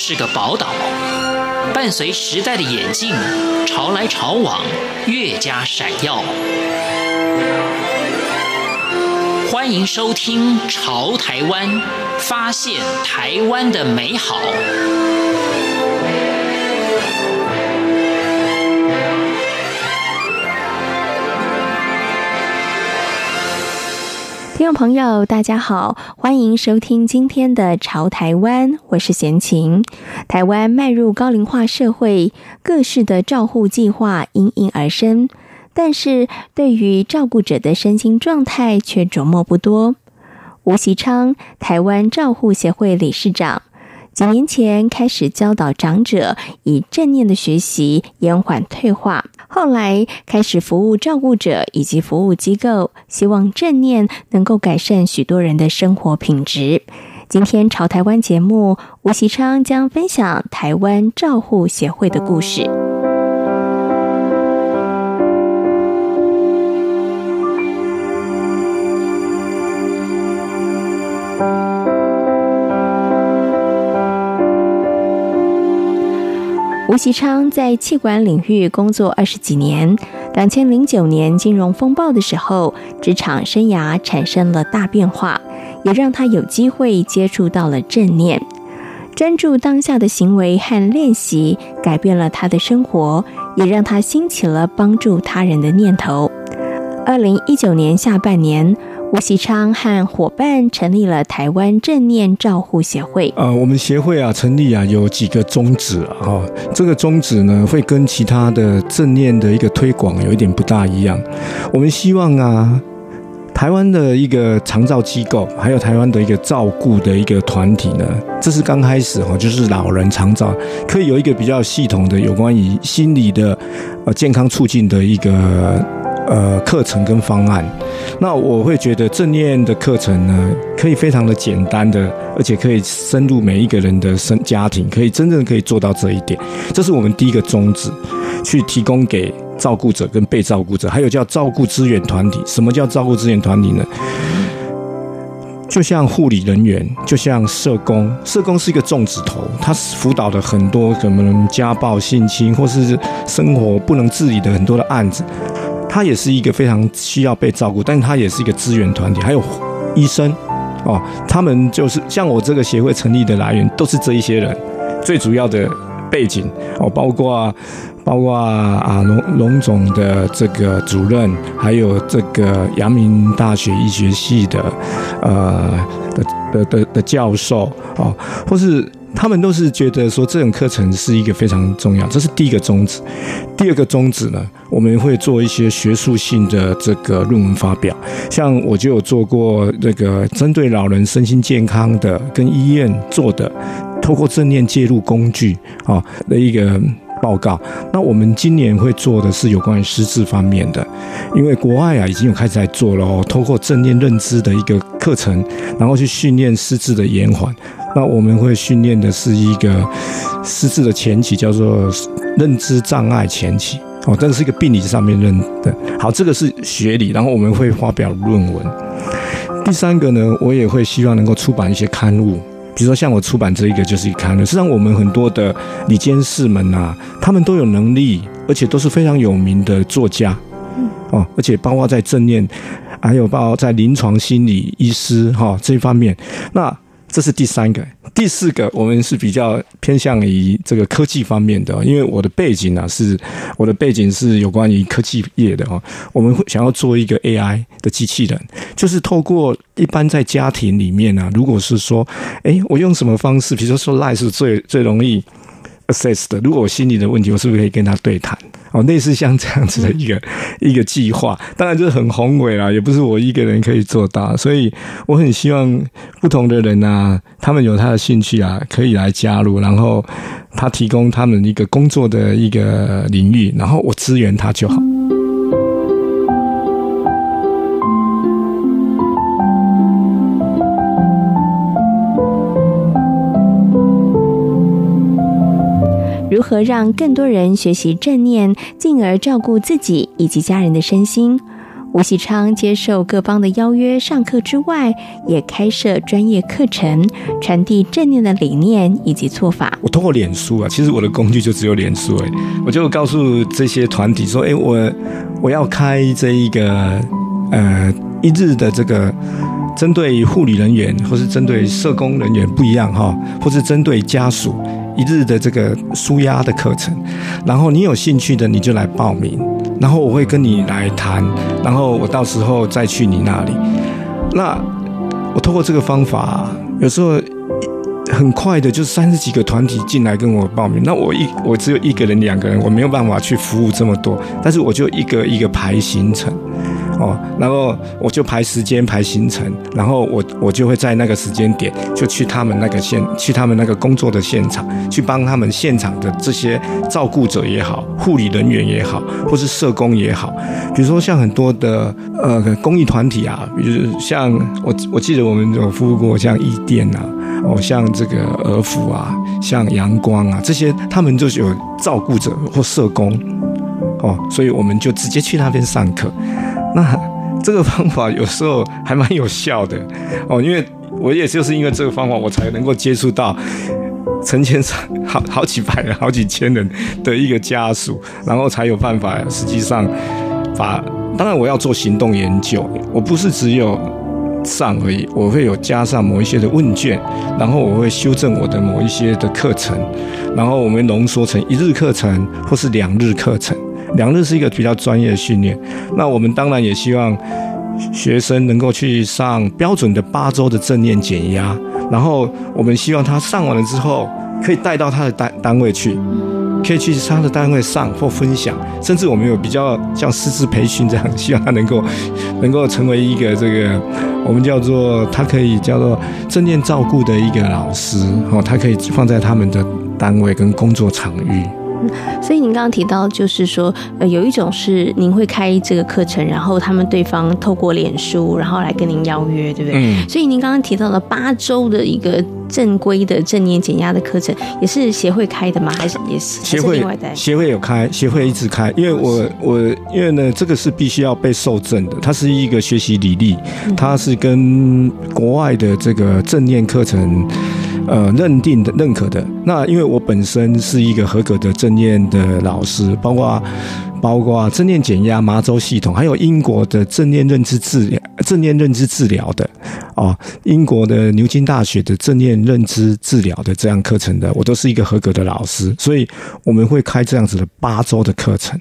是个宝岛，伴随时代的演进，潮来潮往，越加闪耀。欢迎收听《潮台湾》，发现台湾的美好。 听众朋友大家好，欢迎收听今天的潮台湾，我是贤琴。台湾迈入高龄化社会，各式的照护计划应运而生，但是对于照顾者的身心状态却琢磨不多。吴锡昌，台湾照护协会理事长，几年前开始教导长者以正念的学习延缓退化，后来开始服务照顾者以及服务机构，希望正念能够改善许多人的生活品质。今天潮台湾节目，吴锡昌将分享台湾照护协会的故事。吴锡昌在企管领域工作20几年，2009年金融风暴的时候，职场生涯产生了大变化，也让他有机会接触到了正念。专注当下的行为和练习，改变了他的生活，也让他兴起了帮助他人的念头。2019年下半年，吴锡昌和伙伴成立了台湾正念照护协会。 我们协会成立有几个宗旨这个宗旨呢会跟其他的正念的一个推广有一点不大一样。我们希望台湾的一个长照机构，还有台湾的一个照顾的一个团体呢，这是刚开始就是老人长照可以有一个比较系统的有关于心理的健康促进的一个课程跟方案。那我会觉得正念的课程呢，可以非常的简单的，而且可以深入每一个人的家庭，可以真正可以做到这一点。这是我们第一个宗旨，去提供给照顾者跟被照顾者，还有叫照顾资源团体。什么叫照顾资源团体呢？就像护理人员，就像社工，社工是一个重指头，他辅导了很多可能家暴、性侵或是生活不能自理的很多的案子。他也是一个非常需要被照顾，但是他也是一个资源团体。还有医生他们就是像我这个协会成立的来源都是这一些人，最主要的背景包括龙总的这个主任，还有这个阳明大学医学系的教授或是他们都是觉得说这种课程是一个非常重要，这是第一个宗旨。第二个宗旨呢，我们会做一些学术性的这个论文发表，像我就有做过这个针对老人身心健康的，跟医院做的，透过正念介入工具的一个报告。那我们今年会做的是有关于失智方面的，因为国外已经有开始在做了透过正念认知的一个课程，然后去训练失智的延缓。那我们会训练的是一个失智的前期，叫做认知障碍前期这是一个病理上面认的。好，这个是学理，然后我们会发表论文。第三个呢，我也会希望能够出版一些刊物，比如说像我出版这一个就是一个刊物。实际上我们很多的理监事们他们都有能力，而且都是非常有名的作家而且包括在正念，还有包括在临床心理医师这一方面。那这是第三个。第四个，我们是比较偏向于这个科技方面的，因为我的背景是有关于科技业的我们会想要做一个 AI 的机器人，就是透过一般在家庭里面如果是说我用什么方式，比如说 LINE 是最容易 access 的，如果我心里的问题，我是不是可以跟他对谈类似像这样子的一个计划。当然就是很宏伟啦，也不是我一个人可以做到，所以我很希望不同的人他们有他的兴趣可以来加入，然后他提供他们一个工作的一个领域，然后我支援他就好。 如何让更多人学习正念，进而照顾自己以及家人的身心？ 吴锡昌接受各方的邀约上课之外，也开设专业课程，传递正念的理念以及做法。 我通过脸书啊，其实我的工具就只有脸书而已，我就告诉这些团体说，我要开这一个一日的这个针对护理人员或是针对社工人员不一样哈，或是针对家属一日的这个舒压的课程，然后你有兴趣的你就来报名，然后我会跟你来谈，然后我到时候再去你那里。那我透过这个方法，有时候很快的就30几个团体进来跟我报名，那我只有1个人2个人，我没有办法去服务这么多，但是我就一个一个排行程然后我就排时间排行程，然后我就会在那个时间点就去他们那个工作的现场，去帮他们现场的这些照顾者也好，护理人员也好，或是社工也好，比如说像很多的公益团体啊，比如像我记得我们有服务过像伊甸啊，像这个儿福啊，像阳光啊，这些他们就是有照顾者或社工所以我们就直接去那边上课。那这个方法有时候还蛮有效的因为我也就是因为这个方法，我才能够接触到成千好几百人、好几千人的一个家属，然后才有办法实际上当然我要做行动研究，我不是只有上而已，我会有加上某一些的问卷，然后我会修正我的某一些的课程，然后我们浓缩成1日课程或是2日课程。2日是一个比较专业的训练，那我们当然也希望学生能够去上标准的8周的正念减压，然后我们希望他上完了之后可以带到他的单位去，可以去他的单位上或分享，甚至我们有比较像师资培训这样，希望他能够成为一个这个我们他可以叫做正念照顾的一个老师他可以放在他们的单位跟工作场域。 所以您刚刚提到，就是说，有一种是您会开这个课程，然后对方透过脸书，然后来跟您邀约，对不对？所以您刚刚提到的8周的一个正规的正念减压的课程，也是协会开的吗？还是也是另外的？ 协会有开，协会一直开，因为因为呢，这个是必须要被受证的，它是一个学习履历，它是跟国外的这个正念课程认定的、认可的。那因为我本身是一个合格的正念的老师，包括正念减压、麻州系统，还有英国的正念认知治疗的英国的牛津大学的正念认知治疗的这样课程的，我都是一个合格的老师，所以我们会开这样子的8周的课程。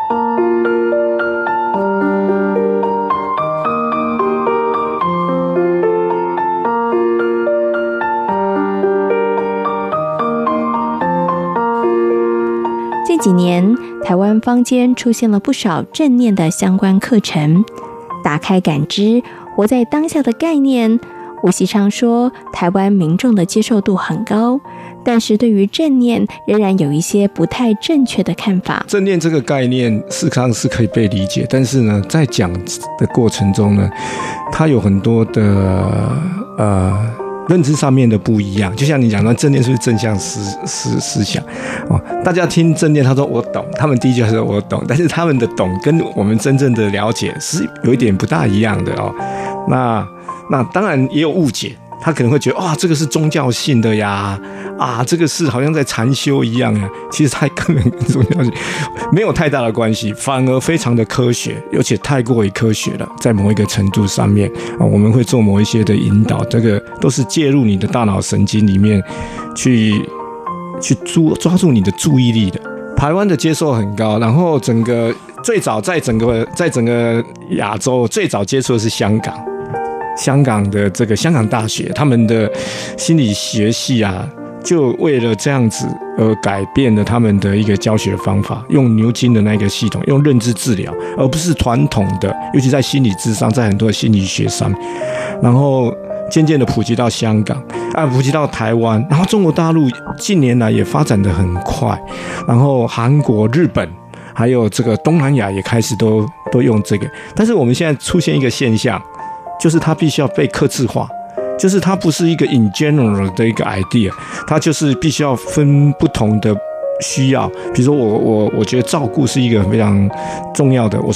这几年，台湾坊间出现了不少正念的相关课程，打开感知，活在当下的概念。吴锡昌说，台湾民众的接受度很高，但是对于正念仍然有一些不太正确的看法。 正念这个概念事实上是可以被理解，但是呢，在讲的过程中呢，它有很多的认知上面的不一样。就像你讲的，正念是不是正向思想大家听正念，他说我懂，他们第一句说我懂，但是他们的懂跟我们真正的了解是有一点不大一样的那当然也有误解，他可能会觉得这个是宗教性的呀，这个是好像在禅修一样呀。其实它根本跟宗教性没有太大的关系，反而非常的科学，而且太过于科学了。在某一个程度上面我们会做某一些的引导，这个都是介入你的大脑神经里面去抓住你的注意力的。台湾的接受很高，然后最早在整个亚洲最早接触的是香港的这个香港大学，他们的心理学系就为了这样子而改变了他们的一个教学方法，用牛津的那个系统，用认知治疗，而不是传统的，尤其在心理智商，在很多的心理学上，然后渐渐的普及到香港普及到台湾，然后中国大陆近年来也发展得很快，然后韩国、日本还有这个东南亚也开始都用这个。但是我们现在出现一个现象，就是它必须要被客制化，就是它不是一个 in general 的一个 idea， 它就是必须要分不同的需要。比如说我觉得照顾是一个非常重要的，我是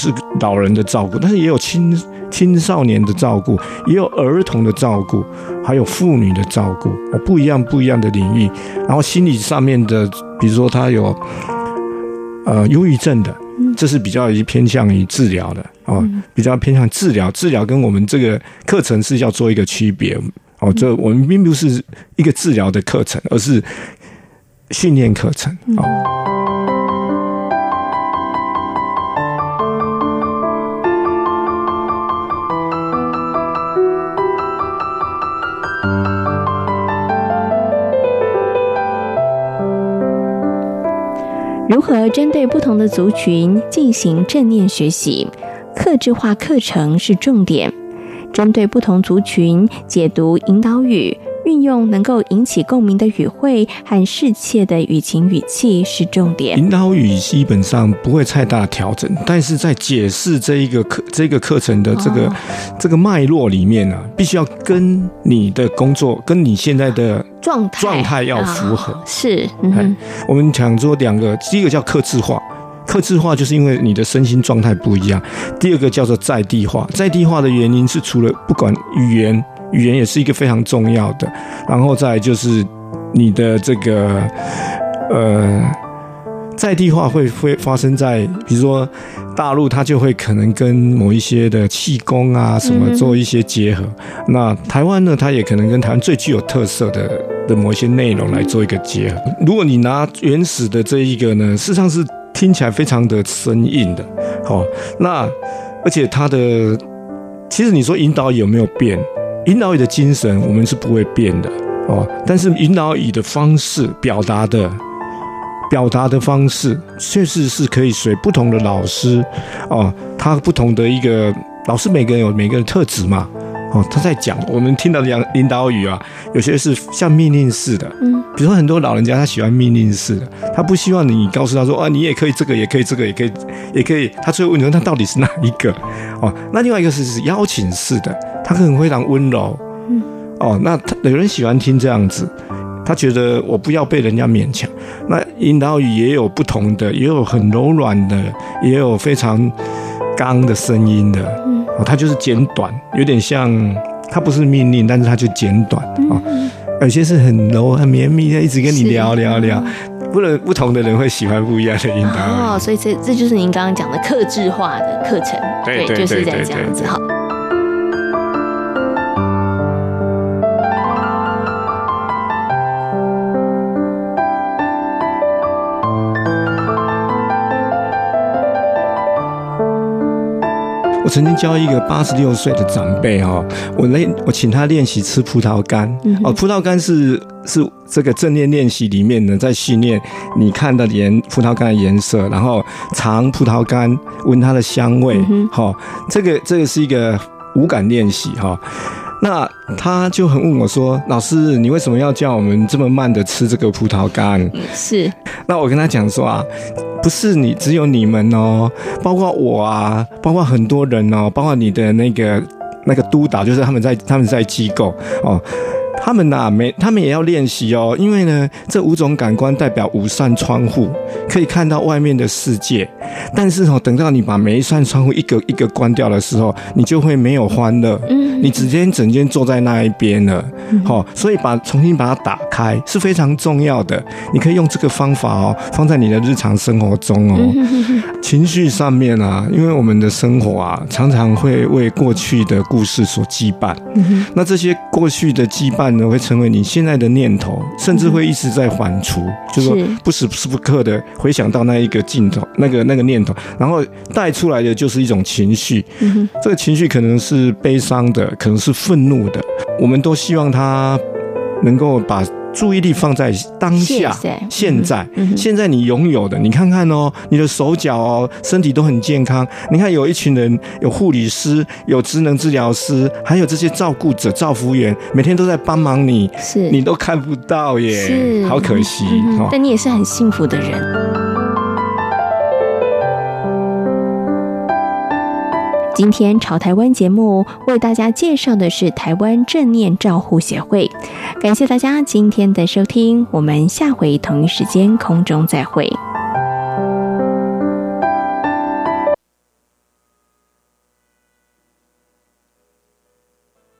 老人的照顾，但是也有青少年的照顾，也有儿童的照顾，还有妇女的照顾，不一样的领域。然后心理上面的，比如说他有忧郁症的，这是比较偏向于治疗的比较偏向治疗跟我们这个课程是要做一个区别这我们并不是一个治疗的课程，而是训练课程如何针对不同的族群进行正念学习，客制化课程是重点。针对不同族群解读引导语，运用能够引起共鸣的语汇和适切的语情语气是重点。 引导语基本上不会太大的调整，但是在解释这个课程的这个脉络里面呢，必须要跟你的工作跟你现在的状态要符合。 是， 我们讲说两个，第一个叫客制化。客制化就是因为你的身心状态不一样。第二个叫做在地化，在地化的原因是除了不管语言也是一个非常重要的，然后再来就是你的这个在地化会发生在比如说大陆，它就会可能跟某一些的气功啊什么做一些结合。那台湾呢，它也可能跟台湾最具有特色的某一些内容来做一个结合。如果你拿原始的这一个呢，事实上是听起来非常的生硬的，那而且它的其实你说引导有没有变？引导语的精神我们是不会变的但是引导语的方式表达的方式确实是可以随不同的老师他不同的一个老师，每个人有每个人的特质嘛。他在讲我们听到的引导语有些是像命令式的，比如说很多老人家他喜欢命令式的，他不希望你告诉他说你也可以这个，也可以这个，也可以，他最后问你说他到底是哪一个那另外一个是邀请式的，他可能非常温柔那有人喜欢听这样子，他觉得我不要被人家勉强。那引导语也有不同的，也有很柔软的，也有非常刚的声音的它就是简短，有点像它不是命令，但是它就简短有些是很柔很绵密的，一直跟你聊，不同的人会喜欢不一样的引导所以这就是您刚刚讲的客制化的课程， 对， 就是在这样子。好， 我曾经教一个86岁的长辈我请他练习吃葡萄干葡萄干是这个正念练习里面呢，在训练你看到葡萄干的颜色，然后尝葡萄干，闻它的香味这个是一个五感练习那他就很问我说：“老师，你为什么要叫我们这么慢的吃这个葡萄干？” 是。那我跟他讲说不是只有你们包括我包括很多人包括你的那个督导，就是他们在机构他们也要练习因为呢，这5种感官代表5扇窗户，可以看到外面的世界。但是等到你把每一扇窗户一个一个关掉的时候，你就会没有欢乐，你整天坐在那一边了所以重新把它打开是非常重要的。你可以用这个方法放在你的日常生活中情绪上面因为我们的生活常常会为过去的故事所羁绊那这些过去的羁绊呢，会成为你现在的念头，甚至会一直在反刍，就是说不时不刻的回想到那一个镜头，那个念头，然后带出来的就是一种情绪这个情绪可能是悲伤的，可能是愤怒的，我们都希望他能够把注意力放在当下，现在你拥有的，你看看你的手脚身体都很健康。你看有一群人，有护理师，有职能治疗师，还有这些照顾者、照服员，每天都在帮忙你，你都看不到耶，好可惜但你也是很幸福的人。今天潮台湾节目为大家介绍的是台湾正念照护协会，感谢大家今天的收听，我们下回同一时间空中再会。